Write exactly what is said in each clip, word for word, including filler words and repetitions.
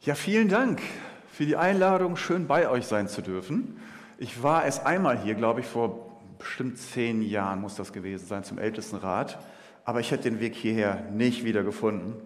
Ja, vielen Dank für die Einladung, schön bei euch sein zu dürfen. Ich war erst einmal hier, glaube ich, vor bestimmt zehn Jahren muss das gewesen sein, zum Ältestenrat. Aber ich hätte den Weg hierher nicht wieder gefunden.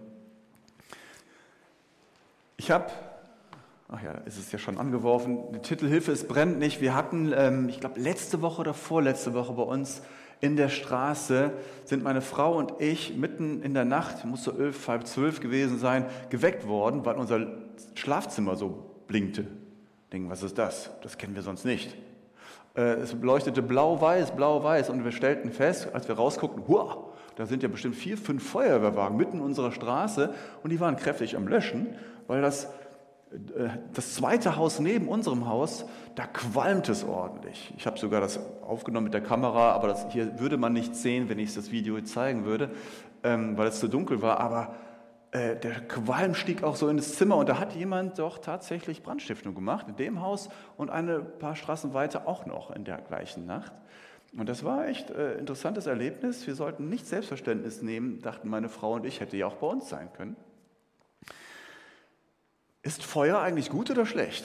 Ich habe, ach ja, ist es ja schon angeworfen, den Titel Hilfe, es brennt nicht. Wir hatten, ähm, ich glaube, letzte Woche oder vorletzte Woche bei uns in der Straße sind meine Frau und ich mitten in der Nacht, muss so elf, halb zwölf gewesen sein, geweckt worden, weil unser Schlafzimmer so blinkte. Denken, was ist das? Das kennen wir sonst nicht. Äh, es leuchtete blau-weiß, blau-weiß und wir stellten fest, als wir rausguckten, huah, da sind ja bestimmt vier, fünf Feuerwehrwagen mitten in unserer Straße und die waren kräftig am Löschen, weil das Das zweite Haus neben unserem Haus, da qualmt es ordentlich. Ich habe sogar das aufgenommen mit der Kamera, aber das hier würde man nicht sehen, wenn ich das Video zeigen würde, ähm, weil es zu dunkel war. Aber äh, der Qualm stieg auch so in das Zimmer und da hat jemand doch tatsächlich Brandstiftung gemacht, in dem Haus und ein paar Straßen weiter auch noch in der gleichen Nacht. Und das war echt ein äh, interessantes Erlebnis. Wir sollten nicht Selbstverständnis nehmen, dachten meine Frau und ich, hätte ja auch bei uns sein können. Ist Feuer eigentlich gut oder schlecht?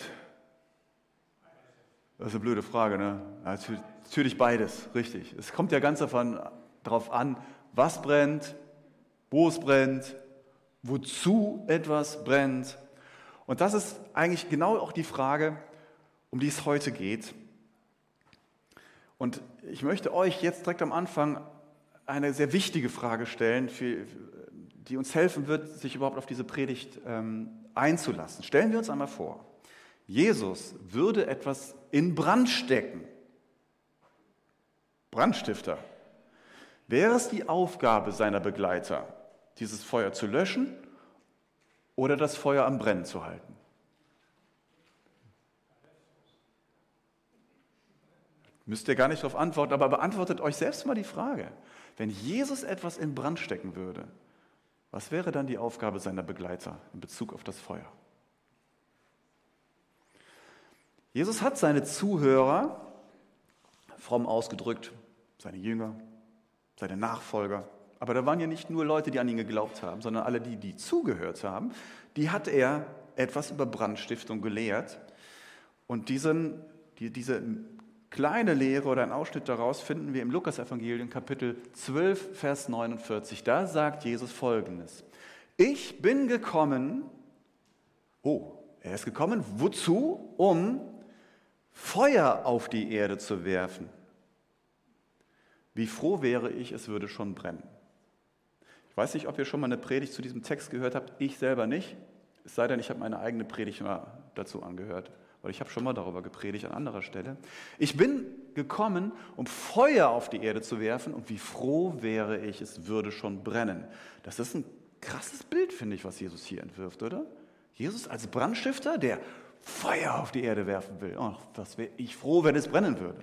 Das ist eine blöde Frage, ne? Natürlich beides, richtig. Es kommt ja ganz davon, darauf an, was brennt, wo es brennt, wozu etwas brennt. Und das ist eigentlich genau auch die Frage, um die es heute geht. Und ich möchte euch jetzt direkt am Anfang eine sehr wichtige Frage stellen, für, die uns helfen wird, sich überhaupt auf diese Predigt ähm, einzulassen. Stellen wir uns einmal vor, Jesus würde etwas in Brand stecken. Brandstifter. Wäre es die Aufgabe seiner Begleiter, dieses Feuer zu löschen oder das Feuer am Brennen zu halten? Müsst ihr gar nicht darauf antworten, aber beantwortet euch selbst mal die Frage. Wenn Jesus etwas in Brand stecken würde, was wäre dann die Aufgabe seiner Begleiter in Bezug auf das Feuer? Jesus hat seine Zuhörer, fromm ausgedrückt, seine Jünger, seine Nachfolger, aber da waren ja nicht nur Leute, die an ihn geglaubt haben, sondern alle die, die zugehört haben, die hat er etwas über Brandstiftung gelehrt. Und diesen, die, diese kleine Lehre oder ein Ausschnitt daraus finden wir im Lukas-Evangelium, Kapitel zwölf, Vers neunundvierzig. Da sagt Jesus Folgendes: Ich bin gekommen, oh, er ist gekommen, wozu? Um Feuer auf die Erde zu werfen. Wie froh wäre ich, es würde schon brennen. Ich weiß nicht, ob ihr schon mal eine Predigt zu diesem Text gehört habt, ich selber nicht, es sei denn, ich habe meine eigene Predigt mal dazu angehört. Weil ich habe schon mal darüber gepredigt an anderer Stelle. Ich bin gekommen, um Feuer auf die Erde zu werfen und wie froh wäre ich, es würde schon brennen. Das ist ein krasses Bild, finde ich, was Jesus hier entwirft, oder? Jesus als Brandstifter, der Feuer auf die Erde werfen will. Ach, was wäre ich froh, wenn es brennen würde.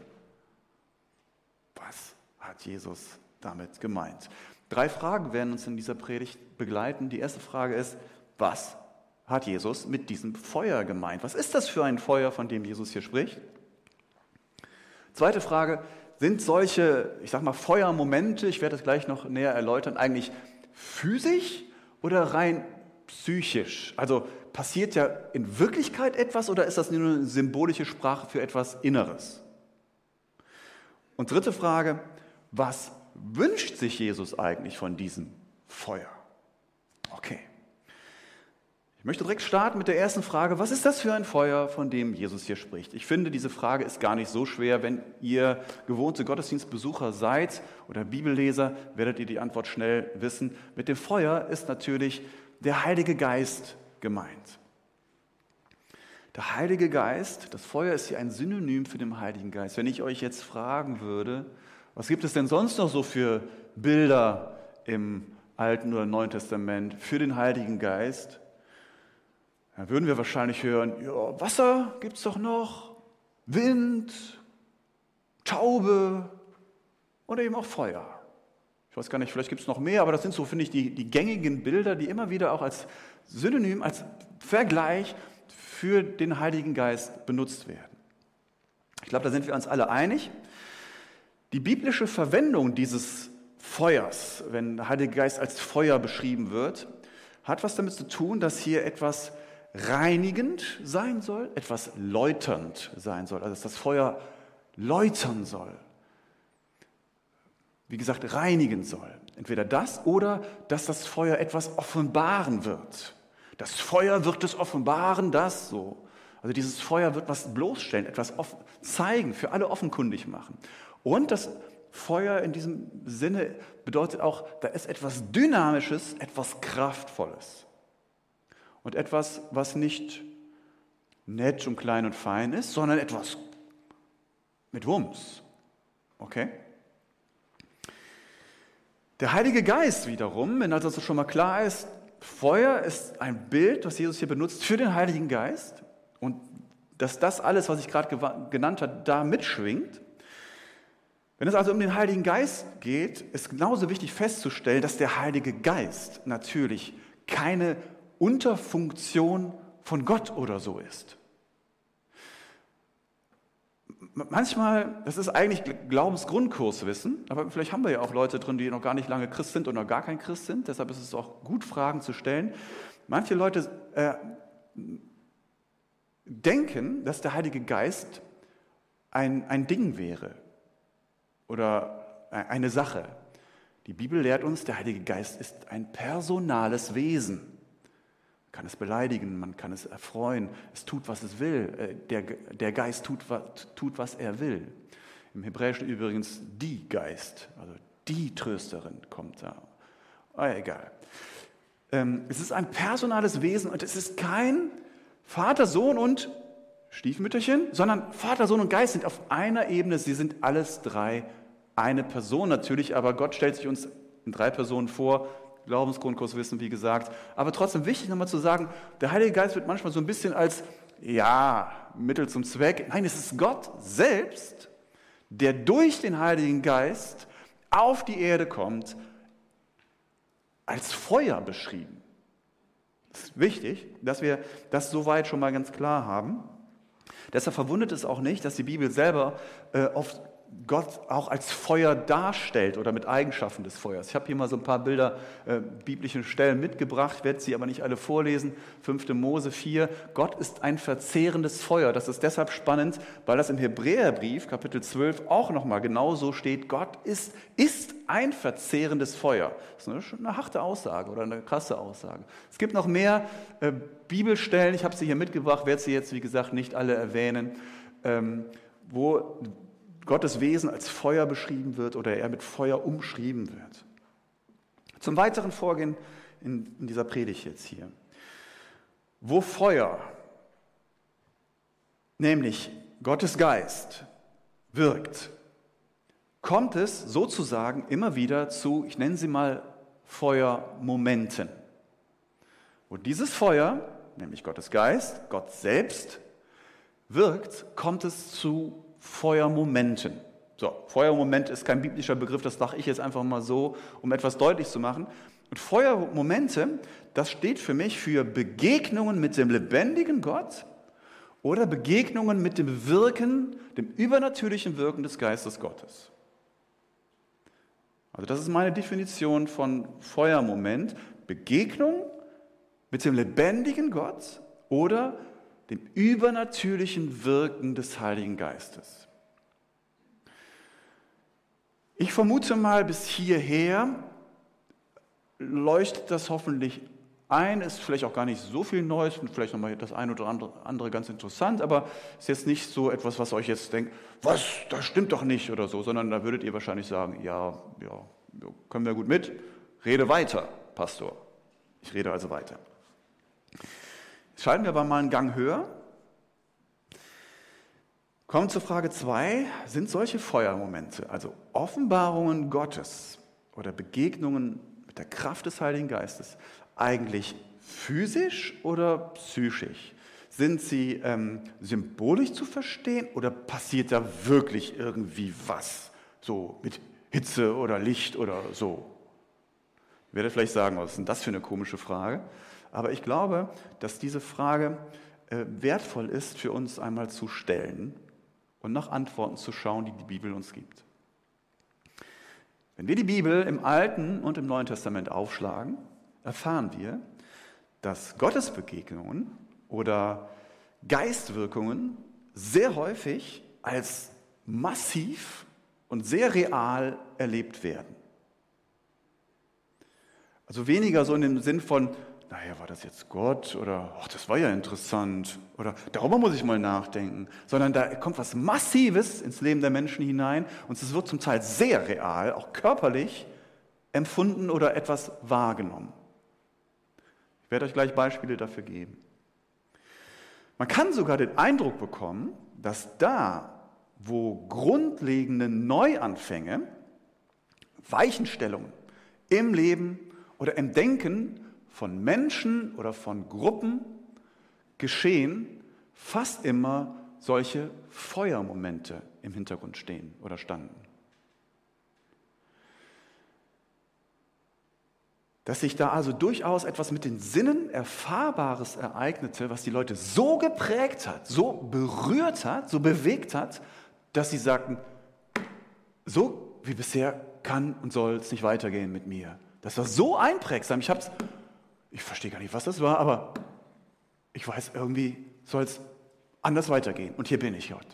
Was hat Jesus damit gemeint? Drei Fragen werden uns in dieser Predigt begleiten. Die erste Frage ist, was hat Jesus mit diesem Feuer gemeint? Was ist das für ein Feuer, von dem Jesus hier spricht? Zweite Frage, sind solche, ich sag mal, Feuermomente, ich werde das gleich noch näher erläutern, eigentlich physisch oder rein psychisch? Also passiert ja in Wirklichkeit etwas oder ist das nur eine symbolische Sprache für etwas Inneres? Und dritte Frage, was wünscht sich Jesus eigentlich von diesem Feuer? Okay. Ich möchte direkt starten mit der ersten Frage. Was ist das für ein Feuer, von dem Jesus hier spricht? Ich finde, diese Frage ist gar nicht so schwer. Wenn ihr gewohnte Gottesdienstbesucher seid oder Bibelleser, werdet ihr die Antwort schnell wissen. Mit dem Feuer ist natürlich der Heilige Geist gemeint. Der Heilige Geist, das Feuer ist hier ein Synonym für den Heiligen Geist. Wenn ich euch jetzt fragen würde, was gibt es denn sonst noch so für Bilder im Alten oder Neuen Testament für den Heiligen Geist? Dann würden wir wahrscheinlich hören, ja, Wasser gibt es doch noch, Wind, Taube oder eben auch Feuer. Ich weiß gar nicht, vielleicht gibt es noch mehr, aber das sind so, finde ich, die, die gängigen Bilder, die immer wieder auch als Synonym, als Vergleich für den Heiligen Geist benutzt werden. Ich glaube, da sind wir uns alle einig. Die biblische Verwendung dieses Feuers, wenn der Heilige Geist als Feuer beschrieben wird, hat was damit zu tun, dass hier etwas reinigend sein soll, etwas läuternd sein soll, also dass das Feuer läutern soll. Wie gesagt, reinigen soll. Entweder das oder dass das Feuer etwas offenbaren wird. Das Feuer wird es offenbaren, das so. Also dieses Feuer wird was bloßstellen, etwas offen, zeigen, für alle offenkundig machen. Und das Feuer in diesem Sinne bedeutet auch, da ist etwas Dynamisches, etwas Kraftvolles. Und etwas, was nicht nett und klein und fein ist, sondern etwas mit Wumms. Okay? Der Heilige Geist wiederum, wenn das schon mal klar ist, Feuer ist ein Bild, was Jesus hier benutzt für den Heiligen Geist und dass das alles, was ich gerade genannt habe, da mitschwingt. Wenn es also um den Heiligen Geist geht, ist genauso wichtig festzustellen, dass der Heilige Geist natürlich keine Unterfunktion von Gott oder so ist. Manchmal, das ist eigentlich Glaubensgrundkurswissen, aber vielleicht haben wir ja auch Leute drin, die noch gar nicht lange Christ sind oder gar kein Christ sind, deshalb ist es auch gut, Fragen zu stellen. Manche Leute äh, denken, dass der Heilige Geist ein, ein Ding wäre oder eine Sache. Die Bibel lehrt uns, der Heilige Geist ist ein personales Wesen. Man kann es beleidigen, man kann es erfreuen, es tut, was es will. Der, der Geist tut, tut, was er will. Im Hebräischen übrigens die Geist, also die Trösterin kommt da. Oh, egal. Es ist ein personales Wesen und es ist kein Vater, Sohn und Stiefmütterchen, sondern Vater, Sohn und Geist sind auf einer Ebene, sie sind alles drei eine Person natürlich, aber Gott stellt sich uns in drei Personen vor, Glaubensgrundkurswissen, wie gesagt. Aber trotzdem wichtig nochmal zu sagen, der Heilige Geist wird manchmal so ein bisschen als, ja, Mittel zum Zweck. Nein, es ist Gott selbst, der durch den Heiligen Geist auf die Erde kommt, als Feuer beschrieben. Es ist wichtig, dass wir das soweit schon mal ganz klar haben. Deshalb verwundert es auch nicht, dass die Bibel selber äh, oft Gott auch als Feuer darstellt oder mit Eigenschaften des Feuers. Ich habe hier mal so ein paar Bilder, äh, biblische Stellen mitgebracht, werde sie aber nicht alle vorlesen. fünfte Mose vier, Gott ist ein verzehrendes Feuer. Das ist deshalb spannend, weil das im Hebräerbrief, Kapitel zwölf, auch nochmal genau so steht. Gott ist, ist ein verzehrendes Feuer. Das ist eine, eine harte Aussage oder eine krasse Aussage. Es gibt noch mehr äh, Bibelstellen, ich habe sie hier mitgebracht, werde sie jetzt, wie gesagt, nicht alle erwähnen, ähm, wo Gottes Wesen als Feuer beschrieben wird oder er mit Feuer umschrieben wird. Zum weiteren Vorgehen in, in dieser Predigt jetzt hier. Wo Feuer, nämlich Gottes Geist, wirkt, kommt es sozusagen immer wieder zu, ich nenne sie mal Feuermomenten. Wo dieses Feuer, nämlich Gottes Geist, Gott selbst, wirkt, kommt es zu Feuermomenten. So, Feuermoment ist kein biblischer Begriff, das sage ich jetzt einfach mal so, um etwas deutlich zu machen. Und Feuermomente, das steht für mich für Begegnungen mit dem lebendigen Gott oder Begegnungen mit dem Wirken, dem übernatürlichen Wirken des Geistes Gottes. Also das ist meine Definition von Feuermoment. Begegnung mit dem lebendigen Gott oder dem übernatürlichen Wirken des Heiligen Geistes. Ich vermute mal, bis hierher leuchtet das hoffentlich ein, ist vielleicht auch gar nicht so viel Neues und vielleicht nochmal das eine oder andere ganz interessant, aber ist jetzt nicht so etwas, was euch jetzt denkt, was, das stimmt doch nicht oder so, sondern da würdet ihr wahrscheinlich sagen, ja, ja, können wir gut mit, rede weiter, Pastor. Ich rede also weiter. Schalten wir aber mal einen Gang höher. Kommen zur Frage zwei. Sind solche Feuermomente, also Offenbarungen Gottes oder Begegnungen mit der Kraft des Heiligen Geistes, eigentlich physisch oder psychisch? Sind sie ähm, symbolisch zu verstehen oder passiert da wirklich irgendwie was? So mit Hitze oder Licht oder so? Ich werde vielleicht sagen, was ist denn das für eine komische Frage? Aber ich glaube, dass diese Frage äh, wertvoll ist für uns einmal zu stellen und nach Antworten zu schauen, die die Bibel uns gibt. Wenn wir die Bibel im Alten und im Neuen Testament aufschlagen, erfahren wir, dass Gottes Begegnungen oder Geistwirkungen sehr häufig als massiv und sehr real erlebt werden. Also weniger so in dem Sinn von, naja, war das jetzt Gott oder ach, das war ja interessant oder darüber muss ich mal nachdenken, sondern da kommt was Massives ins Leben der Menschen hinein und es wird zum Teil sehr real, auch körperlich empfunden oder etwas wahrgenommen. Ich werde euch gleich Beispiele dafür geben. Man kann sogar den Eindruck bekommen, dass da, wo grundlegende Neuanfänge, Weichenstellungen im Leben oder im Denken von Menschen oder von Gruppen geschehen, fast immer solche Feuermomente im Hintergrund stehen oder standen. Dass sich da also durchaus etwas mit den Sinnen Erfahrbares ereignete, was die Leute so geprägt hat, so berührt hat, so bewegt hat, dass sie sagten, so wie bisher kann und soll es nicht weitergehen mit mir. Das war so einprägsam. Ich hab's, ich verstehe gar nicht, was das war, aber ich weiß, irgendwie soll es anders weitergehen. Und hier bin ich, Gott.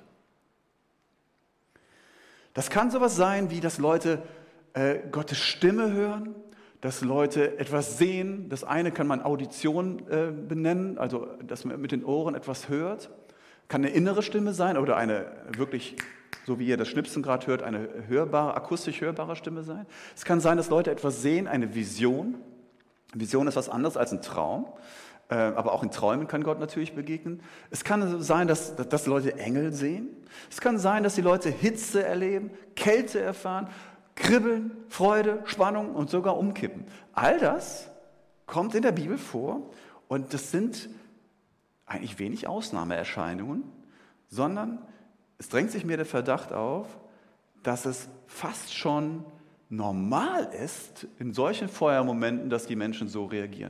Das kann sowas sein, wie dass Leute äh, Gottes Stimme hören, dass Leute etwas sehen. Das eine kann man Audition äh, benennen, also dass man mit den Ohren etwas hört. Kann eine innere Stimme sein oder eine wirklich, so wie ihr das Schnipsen gerade hört, eine hörbare, akustisch hörbare Stimme sein. Es kann sein, dass Leute etwas sehen, eine Vision. Vision ist was anderes als ein Traum, äh, aber auch in Träumen kann Gott natürlich begegnen. Es kann sein, dass, dass Leute Engel sehen. Es kann sein, dass die Leute Hitze erleben, Kälte erfahren, Kribbeln, Freude, Spannung und sogar umkippen. All das kommt in der Bibel vor und das sind eigentlich wenig Ausnahmeerscheinungen, sondern es drängt sich mir der Verdacht auf, dass es fast schon normal ist in solchen Feuermomenten, dass die Menschen so reagieren.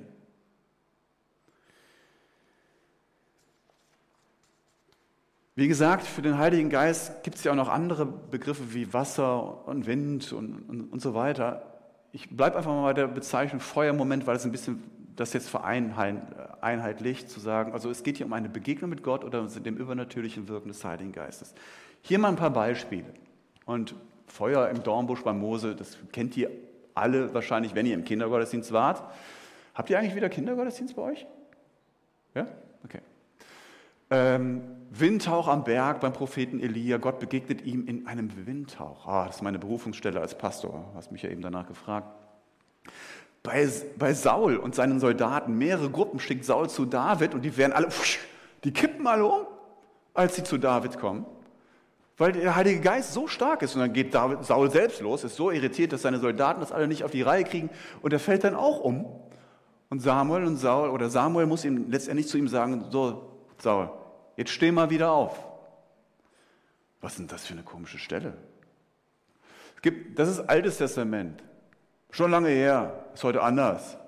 Wie gesagt, für den Heiligen Geist gibt es ja auch noch andere Begriffe wie Wasser und Wind und, und, und so weiter. Ich bleibe einfach mal bei der Bezeichnung Feuermoment, weil es ein bisschen das jetzt vereinheitlicht zu sagen, also es geht hier um eine Begegnung mit Gott oder dem übernatürlichen Wirken des Heiligen Geistes. Hier mal ein paar Beispiele. Und Feuer im Dornbusch bei Mose, das kennt ihr alle wahrscheinlich, wenn ihr im Kindergottesdienst wart. Habt ihr eigentlich wieder Kindergottesdienst bei euch? Ja? Okay. Ähm, Windhauch am Berg beim Propheten Elia. Gott begegnet ihm in einem Windhauch. Ah, das ist meine Berufungsstelle als Pastor. Du hast mich ja eben danach gefragt. Bei, bei Saul und seinen Soldaten, mehrere Gruppen schickt Saul zu David und die werden alle, die kippen alle um, als sie zu David kommen. Weil der Heilige Geist so stark ist und dann geht David, Saul selbst los, ist so irritiert, dass seine Soldaten das alle nicht auf die Reihe kriegen und er fällt dann auch um. Und Samuel und Saul oder Samuel muss ihm letztendlich zu ihm sagen, so Saul, jetzt steh mal wieder auf. Was ist denn das für eine komische Stelle? Es gibt, das ist Altes Testament. Schon lange her, ist heute anders.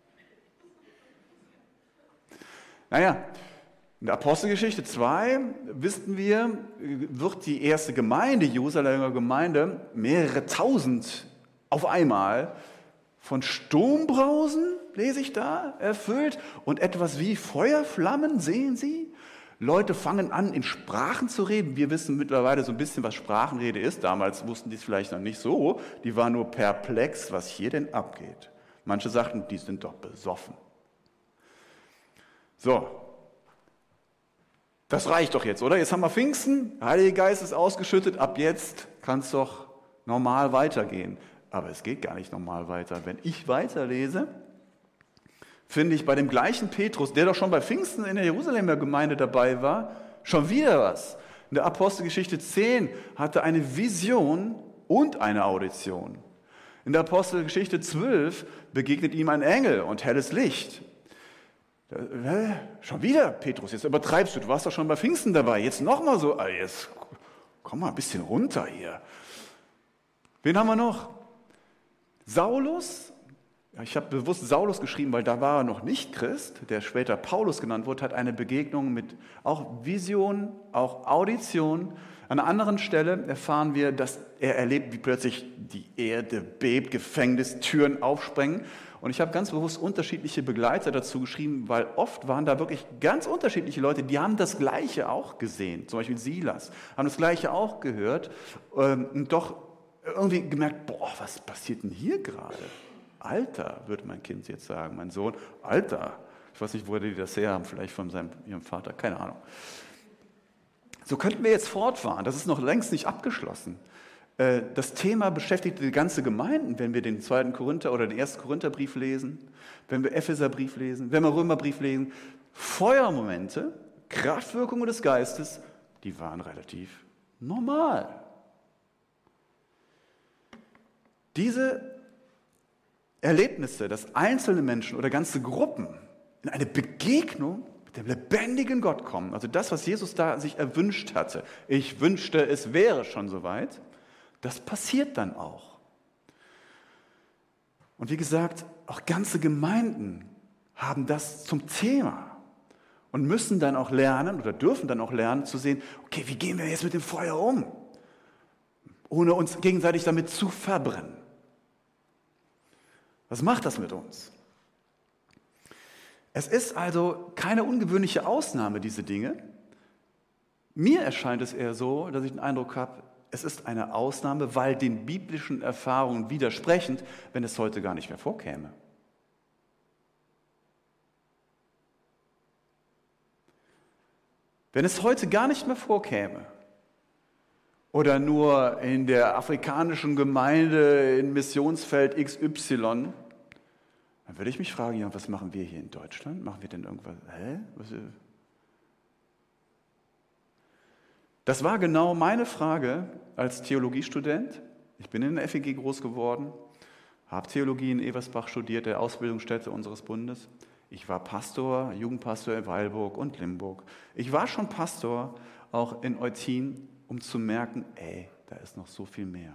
Naja, in der Apostelgeschichte zwei, wissen wir, wird die erste Gemeinde, die Jerusalemer Gemeinde, mehrere tausend auf einmal von Sturmbrausen, lese ich da, erfüllt und etwas wie Feuerflammen, sehen Sie? Leute fangen an, in Sprachen zu reden. Wir wissen mittlerweile so ein bisschen, was Sprachenrede ist. Damals wussten die es vielleicht noch nicht so. Die waren nur perplex, was hier denn abgeht. Manche sagten, die sind doch besoffen. So, das reicht doch jetzt, oder? Jetzt haben wir Pfingsten, der Heilige Geist ist ausgeschüttet, ab jetzt kann es doch normal weitergehen. Aber es geht gar nicht normal weiter. Wenn ich weiterlese, finde ich bei dem gleichen Petrus, der doch schon bei Pfingsten in der Jerusalemer Gemeinde dabei war, schon wieder was. In der Apostelgeschichte zehn hatte eine Vision und eine Audition. In der Apostelgeschichte zwölf begegnet ihm ein Engel und helles Licht. Äh, schon wieder, Petrus, jetzt übertreibst du, du warst doch schon bei Pfingsten dabei, jetzt nochmal so, jetzt komm mal ein bisschen runter hier. Wen haben wir noch? Saulus. Ich habe bewusst Saulus geschrieben, weil da war er noch nicht Christ, der später Paulus genannt wurde, hat eine Begegnung mit auch Vision, auch Audition. An einer anderen Stelle erfahren wir, dass er erlebt, wie plötzlich die Erde bebt, Gefängnistüren aufsprengen Und ich habe ganz bewusst unterschiedliche Begleiter dazu geschrieben, weil oft waren da wirklich ganz unterschiedliche Leute, die haben das Gleiche auch gesehen. Zum Beispiel Silas, haben das Gleiche auch gehört ähm, und doch irgendwie gemerkt, boah, was passiert denn hier gerade? Alter, würde mein Kind jetzt sagen, mein Sohn, Alter. Ich weiß nicht, woher die das her haben, vielleicht von seinem, ihrem Vater, keine Ahnung. So könnten wir jetzt fortfahren, das ist noch längst nicht abgeschlossen. Das Thema beschäftigt die ganze Gemeinden, wenn wir den zweiten Korinther oder den ersten Korintherbrief lesen, wenn wir Epheserbrief lesen, wenn wir Römerbrief lesen. Feuermomente, Kraftwirkungen des Geistes, die waren relativ normal. Diese Erlebnisse, dass einzelne Menschen oder ganze Gruppen in eine Begegnung mit dem lebendigen Gott kommen, also das, was Jesus da sich erwünscht hatte, ich wünschte, es wäre schon soweit, das passiert dann auch. Und wie gesagt, auch ganze Gemeinden haben das zum Thema und müssen dann auch lernen oder dürfen dann auch lernen zu sehen, okay, wie gehen wir jetzt mit dem Feuer um, ohne uns gegenseitig damit zu verbrennen. Was macht das mit uns? Es ist also keine ungewöhnliche Ausnahme, diese Dinge. Mir erscheint es eher so, dass ich den Eindruck habe, es ist eine Ausnahme, weil den biblischen Erfahrungen widersprechend, wenn es heute gar nicht mehr vorkäme. Wenn es heute gar nicht mehr vorkäme oder nur in der afrikanischen Gemeinde in Missionsfeld X Y, dann würde ich mich fragen, ja, was machen wir hier in Deutschland? Machen wir denn irgendwas? Hä? Was, Das war genau meine Frage als Theologiestudent. Ich bin in der F E G groß geworden, habe Theologie in Eversbach studiert, der Ausbildungsstätte unseres Bundes. Ich war Pastor, Jugendpastor in Weilburg und Limburg. Ich war schon Pastor, auch in Eutin, um zu merken, ey, da ist noch so viel mehr.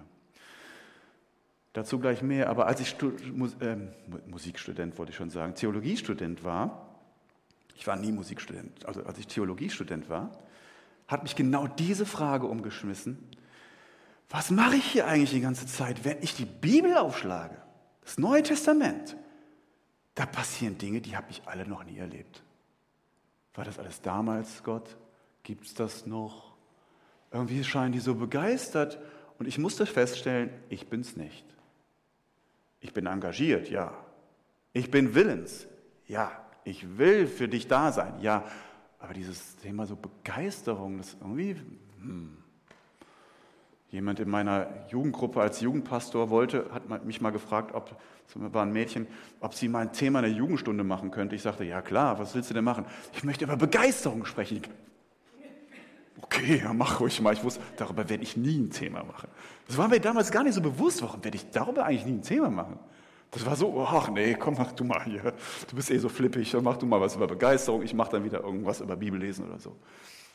Dazu gleich mehr, aber als ich Stu- Mus- äh, Musikstudent, wollte ich schon sagen, Theologiestudent war, ich war nie Musikstudent, also als ich Theologiestudent war, hat mich genau diese Frage umgeschmissen. Was mache ich hier eigentlich die ganze Zeit, wenn ich die Bibel aufschlage, das Neue Testament? Da passieren Dinge, die habe ich alle noch nie erlebt. War das alles damals, Gott? Gibt es das noch? Irgendwie scheinen die so begeistert. Und ich musste feststellen, ich bin es nicht. Ich bin engagiert, ja. Ich bin willens, ja. Ich will für dich da sein, ja. Aber dieses Thema so Begeisterung, das irgendwie, hm. Jemand in meiner Jugendgruppe als Jugendpastor wollte, hat mich mal gefragt, ob, das war ein Mädchen, ob sie mal ein Thema in der Jugendstunde machen könnte. Ich sagte, ja klar, was willst du denn machen? Ich möchte über Begeisterung sprechen. Okay, ja, mach ruhig mal. Ich wusste, darüber werde ich nie ein Thema machen. Das war mir damals gar nicht so bewusst. Warum werde ich darüber eigentlich nie ein Thema machen? Das war so, ach nee, komm, mach du mal hier. Du bist eh so flippig, dann mach du mal was über Begeisterung. Ich mache dann wieder irgendwas über Bibellesen oder so.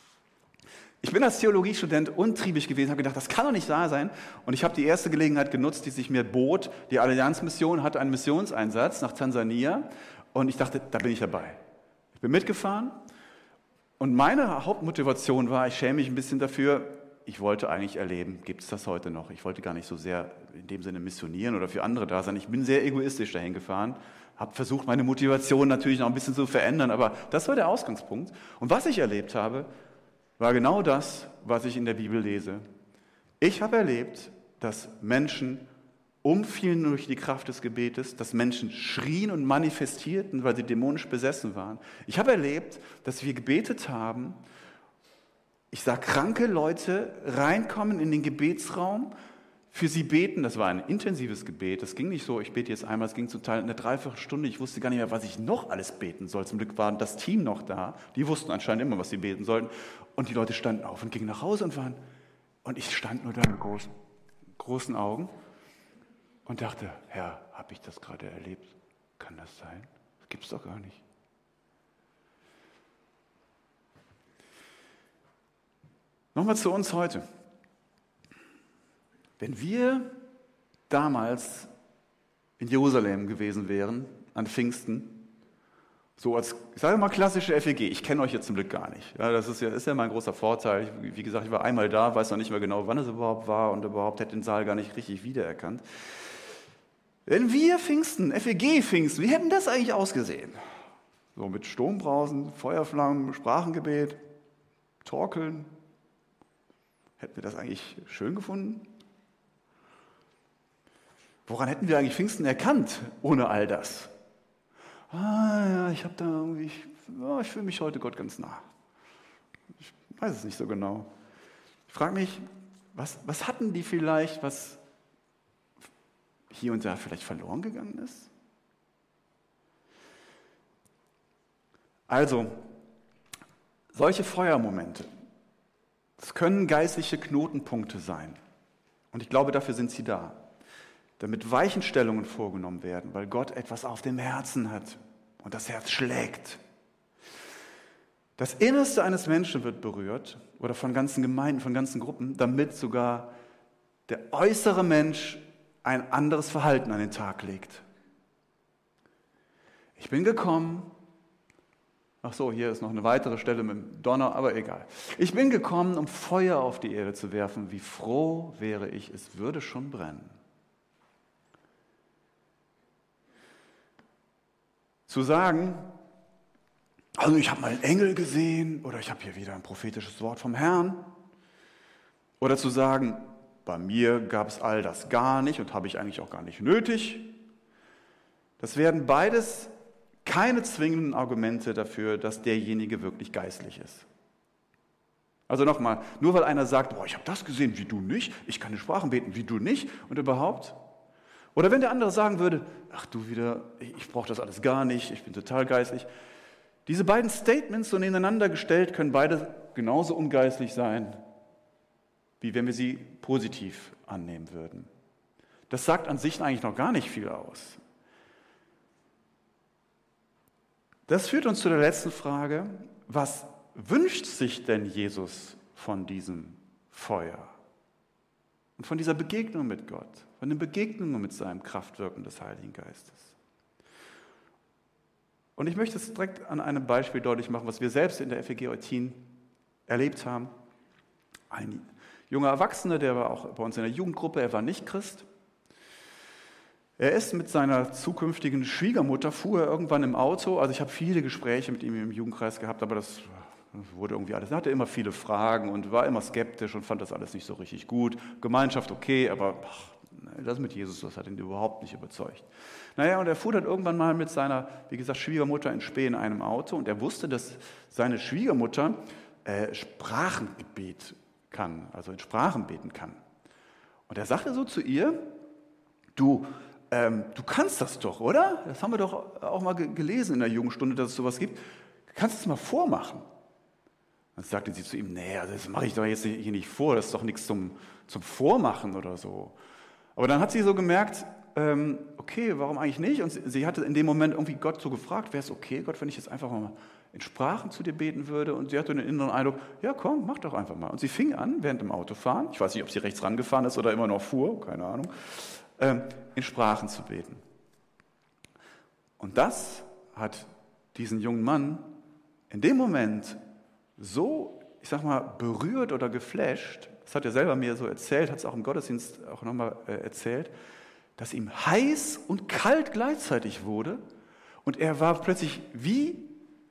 Ich bin als Theologiestudent untriebig gewesen, habe gedacht, das kann doch nicht wahr sein. Und ich habe die erste Gelegenheit genutzt, die sich mir bot. Die Allianzmission hatte einen Missionseinsatz nach Tansania. Und ich dachte, da bin ich dabei. Ich bin mitgefahren. Und meine Hauptmotivation war, ich schäme mich ein bisschen dafür, ich wollte eigentlich erleben, gibt es das heute noch? Ich wollte gar nicht so sehr in dem Sinne missionieren oder für andere da sein. Ich bin sehr egoistisch dahin gefahren, habe versucht, meine Motivation natürlich noch ein bisschen zu verändern, aber das war der Ausgangspunkt. Und was ich erlebt habe, war genau das, was ich in der Bibel lese. Ich habe erlebt, dass Menschen umfielen durch die Kraft des Gebetes, dass Menschen schrien und manifestierten, weil sie dämonisch besessen waren. Ich habe erlebt, dass wir gebetet haben. Ich sah kranke Leute reinkommen in den Gebetsraum, für sie beten. Das war ein intensives Gebet. Das ging nicht so, ich bete jetzt einmal, es ging zum Teil eine Dreiviertelstunde. Ich wusste gar nicht mehr, was ich noch alles beten soll. Zum Glück war das Team noch da. Die wussten anscheinend immer, was sie beten sollten. Und die Leute standen auf und gingen nach Hause und waren. Und ich stand nur da mit großen, großen Augen und dachte, Herr, habe ich das gerade erlebt? Kann das sein? Das gibt es doch gar nicht. Nochmal zu uns heute. Wenn wir damals in Jerusalem gewesen wären, an Pfingsten, so als, ich sage mal, klassische F E G, ich kenne euch jetzt zum Glück gar nicht. Ja, das ist ja, ist ja mein großer Vorteil. Ich, wie gesagt, ich war einmal da, weiß noch nicht mehr genau, wann es überhaupt war und überhaupt hätte den Saal gar nicht richtig wiedererkannt. Wenn wir Pfingsten, F E G Pfingsten, wie hätten das eigentlich ausgesehen? So mit Sturmbrausen, Feuerflammen, Sprachengebet, Torkeln. Hätten wir das eigentlich schön gefunden? Woran hätten wir eigentlich Pfingsten erkannt, ohne all das? Ah ja, ich habe da irgendwie, ich, ja, ich fühle mich heute Gott ganz nah. Ich weiß es nicht so genau. Ich frage mich, was, was hatten die vielleicht, was hier und da vielleicht verloren gegangen ist? Also, solche Feuermomente, das können geistliche Knotenpunkte sein. Und ich glaube, dafür sind sie da. Damit Weichenstellungen vorgenommen werden, weil Gott etwas auf dem Herzen hat und das Herz schlägt. Das Innerste eines Menschen wird berührt oder von ganzen Gemeinden, von ganzen Gruppen, damit sogar der äußere Mensch ein anderes Verhalten an den Tag legt. Ich bin gekommen, ach so, hier ist noch eine weitere Stelle mit dem Donner, aber egal. Ich bin gekommen, um Feuer auf die Erde zu werfen. Wie froh wäre ich, es würde schon brennen. Zu sagen, also ich habe mal einen Engel gesehen oder ich habe hier wieder ein prophetisches Wort vom Herrn. Oder zu sagen, bei mir gab es all das gar nicht und habe ich eigentlich auch gar nicht nötig. Das werden beides keine zwingenden Argumente dafür, dass derjenige wirklich geistlich ist. Also nochmal, nur weil einer sagt, boah, ich habe das gesehen, wie du nicht, ich kann in Sprachen beten, wie du nicht und überhaupt. Oder wenn der andere sagen würde, ach du wieder, ich brauche das alles gar nicht, ich bin total geistlich. Diese beiden Statements so nebeneinander gestellt können beide genauso ungeistlich sein, wie wenn wir sie positiv annehmen würden. Das sagt an sich eigentlich noch gar nicht viel aus. Das führt uns zu der letzten Frage, was wünscht sich denn Jesus von diesem Feuer und von dieser Begegnung mit Gott, von den Begegnungen mit seinem Kraftwirken des Heiligen Geistes? Und ich möchte es direkt an einem Beispiel deutlich machen, was wir selbst in der F E G Eutin erlebt haben. Ein junger Erwachsener, der war auch bei uns in der Jugendgruppe, er war nicht Christ. Er ist mit seiner zukünftigen Schwiegermutter, fuhr er irgendwann im Auto, also ich habe viele Gespräche mit ihm im Jugendkreis gehabt, aber das wurde irgendwie alles, er hatte immer viele Fragen und war immer skeptisch und fand das alles nicht so richtig gut. Gemeinschaft okay, aber ach, das mit Jesus, das hat ihn überhaupt nicht überzeugt. Naja, und er fuhr dann irgendwann mal mit seiner, wie gesagt, Schwiegermutter in Spee in einem Auto und er wusste, dass seine Schwiegermutter äh, Sprachengebet kann, also in Sprachen beten kann. Und er sagte so zu ihr, du, ähm, du kannst das doch, oder? Das haben wir doch auch mal ge- gelesen in der Jugendstunde, dass es sowas gibt. Kannst du es mal vormachen? Dann sagte sie zu ihm, nee, also das mache ich doch jetzt hier nicht vor, das ist doch nichts zum, zum Vormachen oder so. Aber dann hat sie so gemerkt, ähm, okay, warum eigentlich nicht? Und sie, sie hatte in dem Moment irgendwie Gott so gefragt, wäre es okay, Gott, wenn ich jetzt einfach mal in Sprachen zu dir beten würde? Und sie hatte den inneren Eindruck, ja komm, mach doch einfach mal. Und sie fing an, während dem Autofahren, ich weiß nicht, ob sie rechts rangefahren ist oder immer noch fuhr, keine Ahnung, ähm, in Sprachen zu beten. Und das hat diesen jungen Mann in dem Moment so, ich sag mal, berührt oder geflasht, das hat er selber mir so erzählt, hat es auch im Gottesdienst auch nochmal äh, erzählt, dass ihm heiß und kalt gleichzeitig wurde und er war plötzlich wie,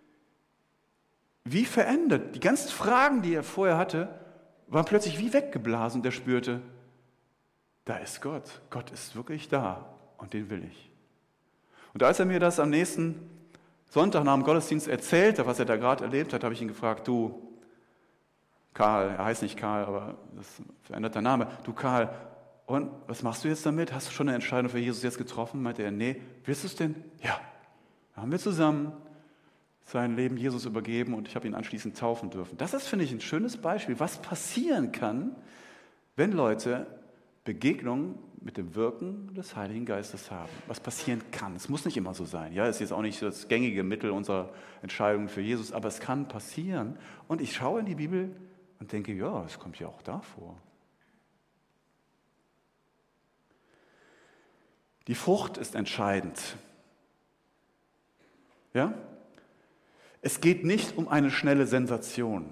wie verändert. Die ganzen Fragen, die er vorher hatte, waren plötzlich wie weggeblasen und er spürte, da ist Gott, Gott ist wirklich da und den will ich. Und als er mir das am nächsten Sonntag nach dem Gottesdienst erzählte, was er da gerade erlebt hat, habe ich ihn gefragt, du, Karl, er heißt nicht Karl, aber das ist ein veränderter Name, du Karl, und was machst du jetzt damit? Hast du schon eine Entscheidung für Jesus jetzt getroffen? Meinte er, nee, willst du es denn? Ja. Da haben wir zusammen sein Leben Jesus übergeben und ich habe ihn anschließend taufen dürfen. Das ist, finde ich, ein schönes Beispiel, was passieren kann, wenn Leute Begegnungen mit dem Wirken des Heiligen Geistes haben. Was passieren kann. Es muss nicht immer so sein. Ja, es ist jetzt auch nicht das gängige Mittel unserer Entscheidungen für Jesus, aber es kann passieren. Und ich schaue in die Bibel und denke, ja, es kommt ja auch da vor. Die Frucht ist entscheidend. Ja? Es geht nicht um eine schnelle Sensation.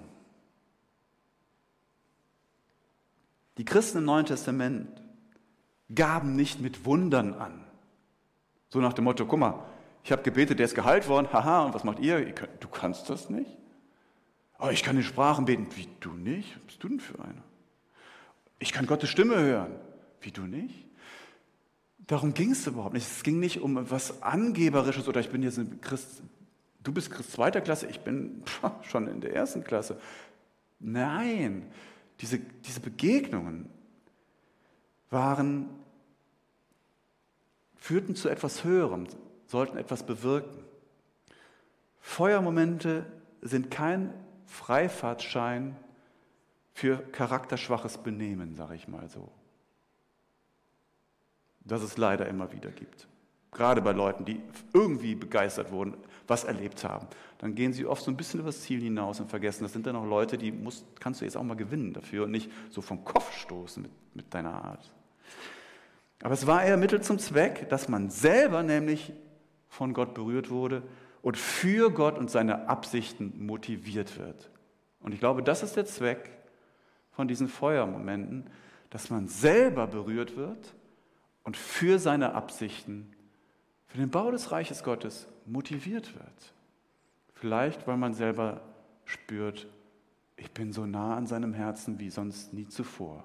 Die Christen im Neuen Testament gaben nicht mit Wundern an. So nach dem Motto, guck mal, ich habe gebetet, der ist geheilt worden, haha, und was macht ihr? ihr könnt, du kannst das nicht? Aber ich kann in Sprachen beten. Wie, du nicht? Was bist du denn für einer? Ich kann Gottes Stimme hören. Wie, du nicht? Darum ging es überhaupt nicht. Es ging nicht um was Angeberisches oder ich bin jetzt ein Christ, du bist Christ zweiter Klasse, ich bin schon in der ersten Klasse. Nein, diese, diese Begegnungen waren, führten zu etwas Höherem, sollten etwas bewirken. Feuermomente sind kein Freifahrtschein für charakterschwaches Benehmen, sage ich mal so. Das es leider immer wieder gibt. Gerade bei Leuten, die irgendwie begeistert wurden, was erlebt haben. Dann gehen sie oft so ein bisschen über das Ziel hinaus und vergessen, das sind dann auch Leute, die musst, kannst du jetzt auch mal gewinnen dafür und nicht so vom Kopf stoßen mit, mit deiner Art. Aber es war eher Mittel zum Zweck, dass man selber nämlich von Gott berührt wurde und für Gott und seine Absichten motiviert wird. Und ich glaube, das ist der Zweck von diesen Feuermomenten, dass man selber berührt wird und für seine Absichten, für den Bau des Reiches Gottes motiviert wird. Vielleicht, weil man selber spürt, ich bin so nah an seinem Herzen wie sonst nie zuvor.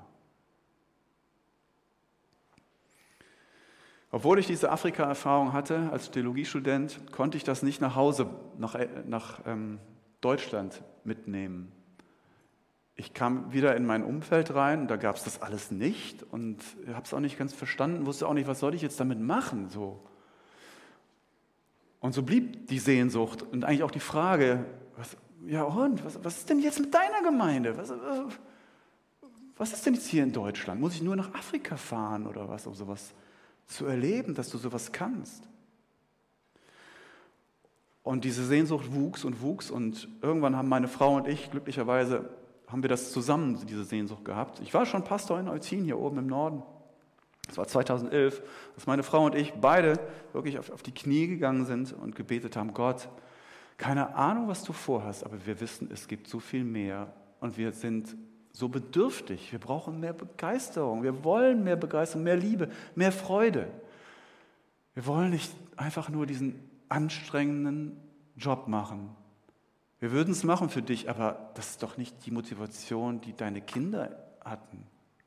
Obwohl ich diese Afrika-Erfahrung hatte als Theologiestudent, konnte ich das nicht nach Hause, nach, nach ähm, Deutschland mitnehmen. Ich kam wieder in mein Umfeld rein und da gab es das alles nicht und habe es auch nicht ganz verstanden, wusste auch nicht, was soll ich jetzt damit machen. So. Und so blieb die Sehnsucht und eigentlich auch die Frage, was, ja und, was, was ist denn jetzt mit deiner Gemeinde? Was, was ist denn jetzt hier in Deutschland? Muss ich nur nach Afrika fahren oder was, um sowas zu erleben, dass du sowas kannst? Und diese Sehnsucht wuchs und wuchs und irgendwann haben meine Frau und ich glücklicherweise haben wir das zusammen, diese Sehnsucht gehabt. Ich war schon Pastor in Eutin, hier oben im Norden. Das war zweitausendelf, dass meine Frau und ich beide wirklich auf, auf die Knie gegangen sind und gebetet haben, Gott, keine Ahnung, was du vorhast, aber wir wissen, es gibt so viel mehr und wir sind so bedürftig. Wir brauchen mehr Begeisterung, wir wollen mehr Begeisterung, mehr Liebe, mehr Freude. Wir wollen nicht einfach nur diesen anstrengenden Job machen. Wir würden es machen für dich, aber das ist doch nicht die Motivation, die deine Kinder hatten.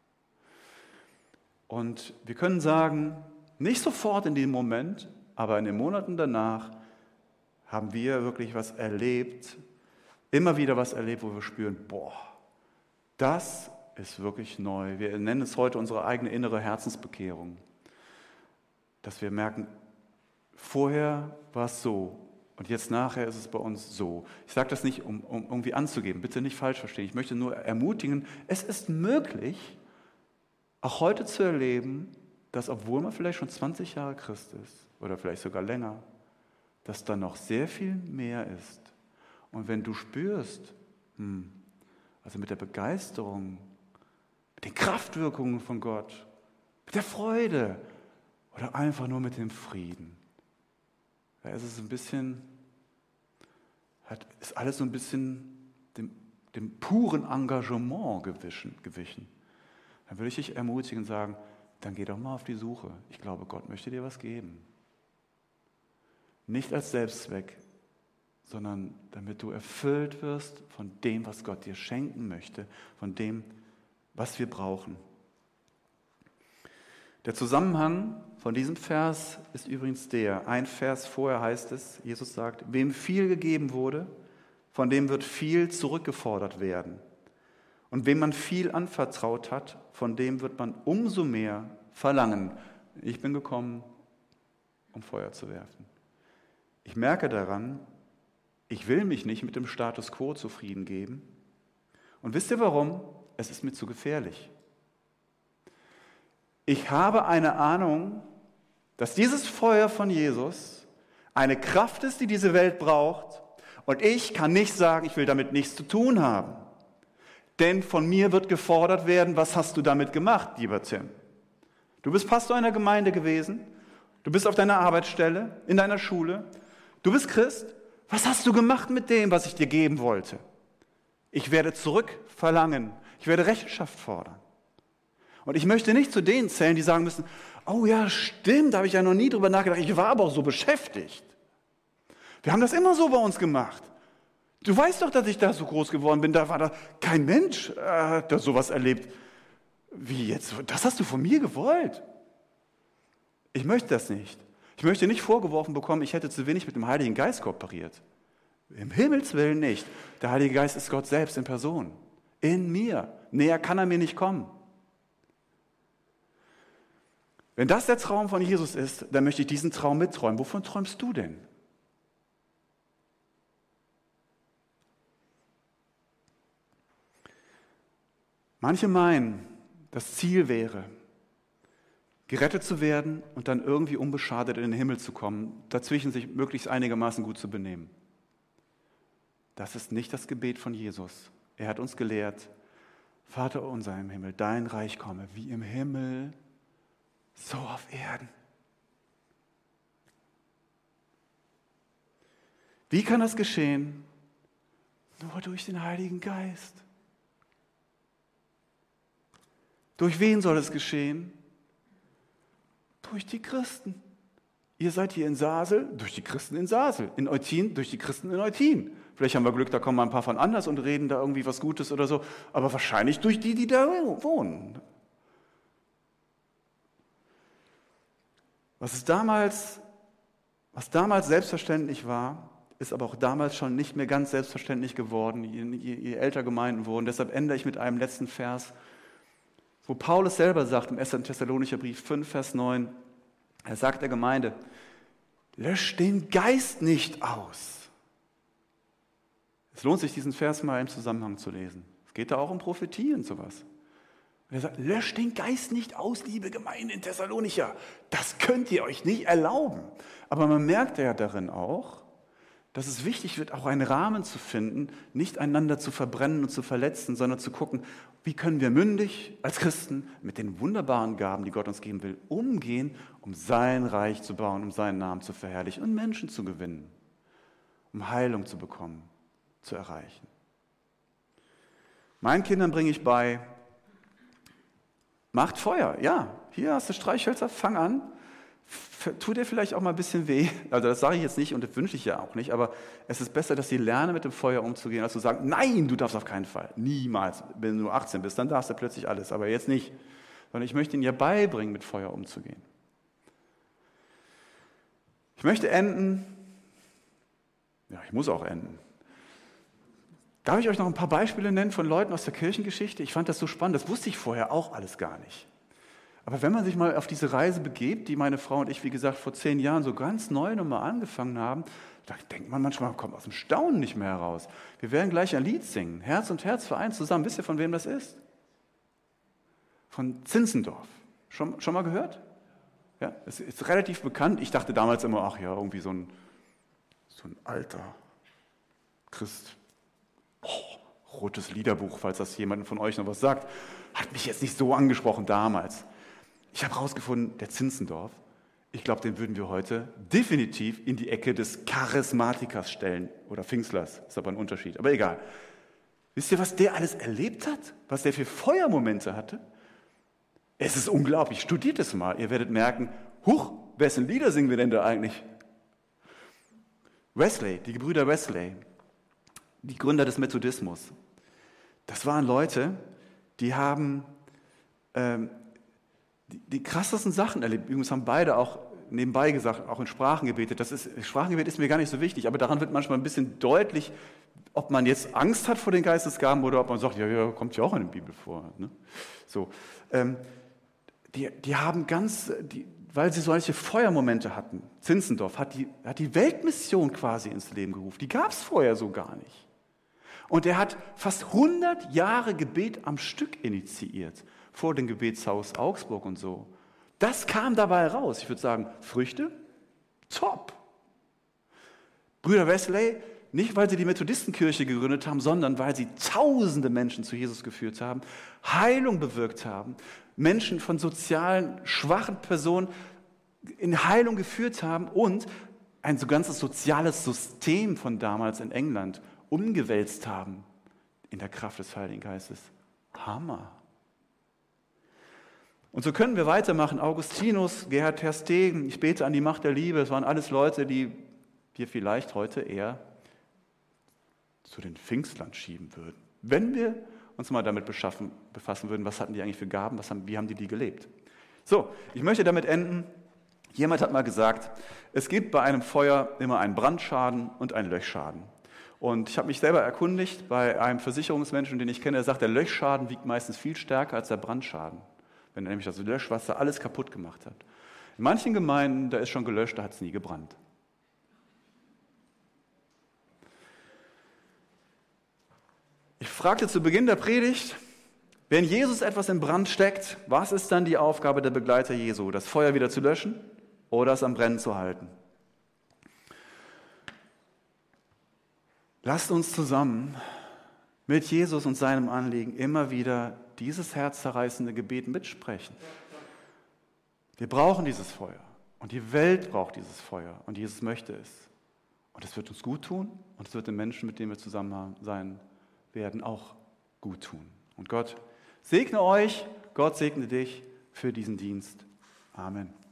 Und wir können sagen, nicht sofort in dem Moment, aber in den Monaten danach haben wir wirklich was erlebt, immer wieder was erlebt, wo wir spüren, boah, das ist wirklich neu. Wir nennen es heute unsere eigene innere Herzensbekehrung. Dass wir merken, vorher war es so. Und jetzt nachher ist es bei uns so. Ich sage das nicht, um, um irgendwie anzugeben, bitte nicht falsch verstehen. Ich möchte nur ermutigen, es ist möglich, auch heute zu erleben, dass obwohl man vielleicht schon zwanzig Jahre Christ ist oder vielleicht sogar länger, dass da noch sehr viel mehr ist. Und wenn du spürst, hm, also mit der Begeisterung, mit den Kraftwirkungen von Gott, mit der Freude oder einfach nur mit dem Frieden, da ist es ein bisschen, hat, ist alles so ein bisschen dem, dem puren Engagement gewichen, gewichen. Dann würde ich dich ermutigen und sagen, dann geh doch mal auf die Suche. Ich glaube, Gott möchte dir was geben. Nicht als Selbstzweck, sondern damit du erfüllt wirst von dem, was Gott dir schenken möchte, von dem, was wir brauchen. Der Zusammenhang von diesem Vers ist übrigens der, ein Vers vorher heißt es, Jesus sagt, wem viel gegeben wurde, von dem wird viel zurückgefordert werden. Und wem man viel anvertraut hat, von dem wird man umso mehr verlangen. Ich bin gekommen, um Feuer zu werfen. Ich merke daran, ich will mich nicht mit dem Status quo zufrieden geben. Und wisst ihr warum? Es ist mir zu gefährlich. Ich habe eine Ahnung, dass dieses Feuer von Jesus eine Kraft ist, die diese Welt braucht. Und ich kann nicht sagen, ich will damit nichts zu tun haben. Denn von mir wird gefordert werden, was hast du damit gemacht, lieber Tim? Du bist Pastor in der Gemeinde gewesen, du bist auf deiner Arbeitsstelle, in deiner Schule, du bist Christ. Was hast du gemacht mit dem, was ich dir geben wollte? Ich werde zurückverlangen, ich werde Rechenschaft fordern. Und ich möchte nicht zu denen zählen, die sagen müssen, oh ja, stimmt, da habe ich ja noch nie drüber nachgedacht, ich war aber auch so beschäftigt. Wir haben das immer so bei uns gemacht. Du weißt doch, dass ich da so groß geworden bin, da war da kein Mensch, äh, der sowas erlebt. Wie jetzt? Das hast du von mir gewollt. Ich möchte das nicht. Ich möchte nicht vorgeworfen bekommen, ich hätte zu wenig mit dem Heiligen Geist kooperiert. Im Himmels Willen nicht. Der Heilige Geist ist Gott selbst in Person. In mir. Näher kann er mir nicht kommen. Wenn das der Traum von Jesus ist, dann möchte ich diesen Traum mitträumen. Wovon träumst du denn? Manche meinen, das Ziel wäre, gerettet zu werden und dann irgendwie unbeschadet in den Himmel zu kommen, dazwischen sich möglichst einigermaßen gut zu benehmen. Das ist nicht das Gebet von Jesus. Er hat uns gelehrt, Vater unser im Himmel, dein Reich komme, wie im Himmel, so auf Erden. Wie kann das geschehen? Nur durch den Heiligen Geist. Durch wen soll es geschehen? Durch die Christen. Ihr seid hier in Sasel, durch die Christen in Sasel. In Eutin, durch die Christen in Eutin. Vielleicht haben wir Glück, da kommen mal ein paar von anders und reden da irgendwie was Gutes oder so. Aber wahrscheinlich durch die, die da wohnen. Was es damals, was damals selbstverständlich war, ist aber auch damals schon nicht mehr ganz selbstverständlich geworden, je, je älter Gemeinden wurden. Deshalb ändere ich mit einem letzten Vers, wo Paulus selber sagt im ersten Thessalonicher Brief fünf, Vers neun, er sagt der Gemeinde, löscht den Geist nicht aus. Es lohnt sich, diesen Vers mal im Zusammenhang zu lesen. Es geht da auch um Prophetie und sowas. Und er sagt, löscht den Geist nicht aus, liebe Gemeinde in Thessalonicher. Das könnt ihr euch nicht erlauben. Aber man merkt ja darin auch, dass es wichtig wird, auch einen Rahmen zu finden, nicht einander zu verbrennen und zu verletzen, sondern zu gucken, wie können wir mündig als Christen mit den wunderbaren Gaben, die Gott uns geben will, umgehen, um sein Reich zu bauen, um seinen Namen zu verherrlichen und Menschen zu gewinnen, um Heilung zu bekommen, zu erreichen. Meinen Kindern bringe ich bei, macht Feuer, ja, hier hast du Streichhölzer, fang an. Tut dir vielleicht auch mal ein bisschen weh, also das sage ich jetzt nicht und das wünsche ich ja auch nicht, aber es ist besser, dass sie lernen, mit dem Feuer umzugehen, als zu sagen, nein, du darfst auf keinen Fall, niemals, wenn du achtzehn bist, dann darfst du plötzlich alles, aber jetzt nicht, sondern ich möchte ihnen ja beibringen, mit Feuer umzugehen. Ich möchte enden, ja, ich muss auch enden. Darf ich euch noch ein paar Beispiele nennen von Leuten aus der Kirchengeschichte? Ich fand das so spannend, das wusste ich vorher auch alles gar nicht. Aber wenn man sich mal auf diese Reise begebt, die meine Frau und ich, wie gesagt, vor zehn Jahren so ganz neu nochmal angefangen haben, da denkt man manchmal, man kommt aus dem Staunen nicht mehr heraus. Wir werden gleich ein Lied singen, Herz und Herz vereint zusammen. Wisst ihr, von wem das ist? Von Zinzendorf. Schon, schon mal gehört? Ja, es ist relativ bekannt. Ich dachte damals immer, ach ja, irgendwie so ein, so ein alter Christ. Oh, rotes Liederbuch, falls das jemandem von euch noch was sagt. Hat mich jetzt nicht so angesprochen damals. Ich habe herausgefunden, der Zinzendorf, ich glaube, den würden wir heute definitiv in die Ecke des Charismatikers stellen oder Pfingstlers, ist aber ein Unterschied, aber egal. Wisst ihr, was der alles erlebt hat? Was der für Feuermomente hatte? Es ist unglaublich, studiert es mal, ihr werdet merken, huch, wessen Lieder singen wir denn da eigentlich? Wesley, die Gebrüder Wesley, die Gründer des Methodismus, das waren Leute, die haben ähm, die, die krassesten Sachen erlebt. Übrigens haben beide auch nebenbei gesagt, auch in Sprachen gebetet. Das ist, Sprachengebet ist mir gar nicht so wichtig, aber daran wird manchmal ein bisschen deutlich, ob man jetzt Angst hat vor den Geistesgaben oder ob man sagt, ja, ja, kommt ja auch in der Bibel vor. Ne? So, ähm, die, die haben ganz, die, weil sie solche Feuermomente hatten, Zinzendorf hat die, hat die Weltmission quasi ins Leben gerufen. Die gab es vorher so gar nicht. Und er hat fast hundert Jahre Gebet am Stück initiiert, vor dem Gebetshaus Augsburg und so. Das kam dabei raus. Ich würde sagen, Früchte, top. Brüder Wesley, nicht weil sie die Methodistenkirche gegründet haben, sondern weil sie tausende Menschen zu Jesus geführt haben, Heilung bewirkt haben, Menschen von sozialen, schwachen Personen in Heilung geführt haben und ein so ganzes soziales System von damals in England umgewälzt haben in der Kraft des Heiligen Geistes. Hammer. Und so können wir weitermachen. Augustinus, Gerhard Tersteegen, ich bete an die Macht der Liebe. Das waren alles Leute, die wir vielleicht heute eher zu den Pfingstlern schieben würden. Wenn wir uns mal damit beschaffen, befassen würden, was hatten die eigentlich für Gaben, was haben, wie haben die die gelebt. So, ich möchte damit enden. Jemand hat mal gesagt, es gibt bei einem Feuer immer einen Brandschaden und einen Löschschaden. Und ich habe mich selber erkundigt bei einem Versicherungsmenschen, den ich kenne, der sagt, der Löschschaden wiegt meistens viel stärker als der Brandschaden, wenn nämlich das Löschwasser alles kaputt gemacht hat. In manchen Gemeinden, da ist schon gelöscht, da hat es nie gebrannt. Ich fragte zu Beginn der Predigt, wenn Jesus etwas in Brand steckt, was ist dann die Aufgabe der Begleiter Jesu? Das Feuer wieder zu löschen oder es am Brennen zu halten? Lasst uns zusammen mit Jesus und seinem Anliegen immer wieder dieses herzzerreißende Gebet mitsprechen. Wir brauchen dieses Feuer und die Welt braucht dieses Feuer und Jesus möchte es. Und es wird uns gut tun und es wird den Menschen, mit denen wir zusammen sein werden, auch gut tun. Und Gott segne euch, Gott segne dich für diesen Dienst. Amen.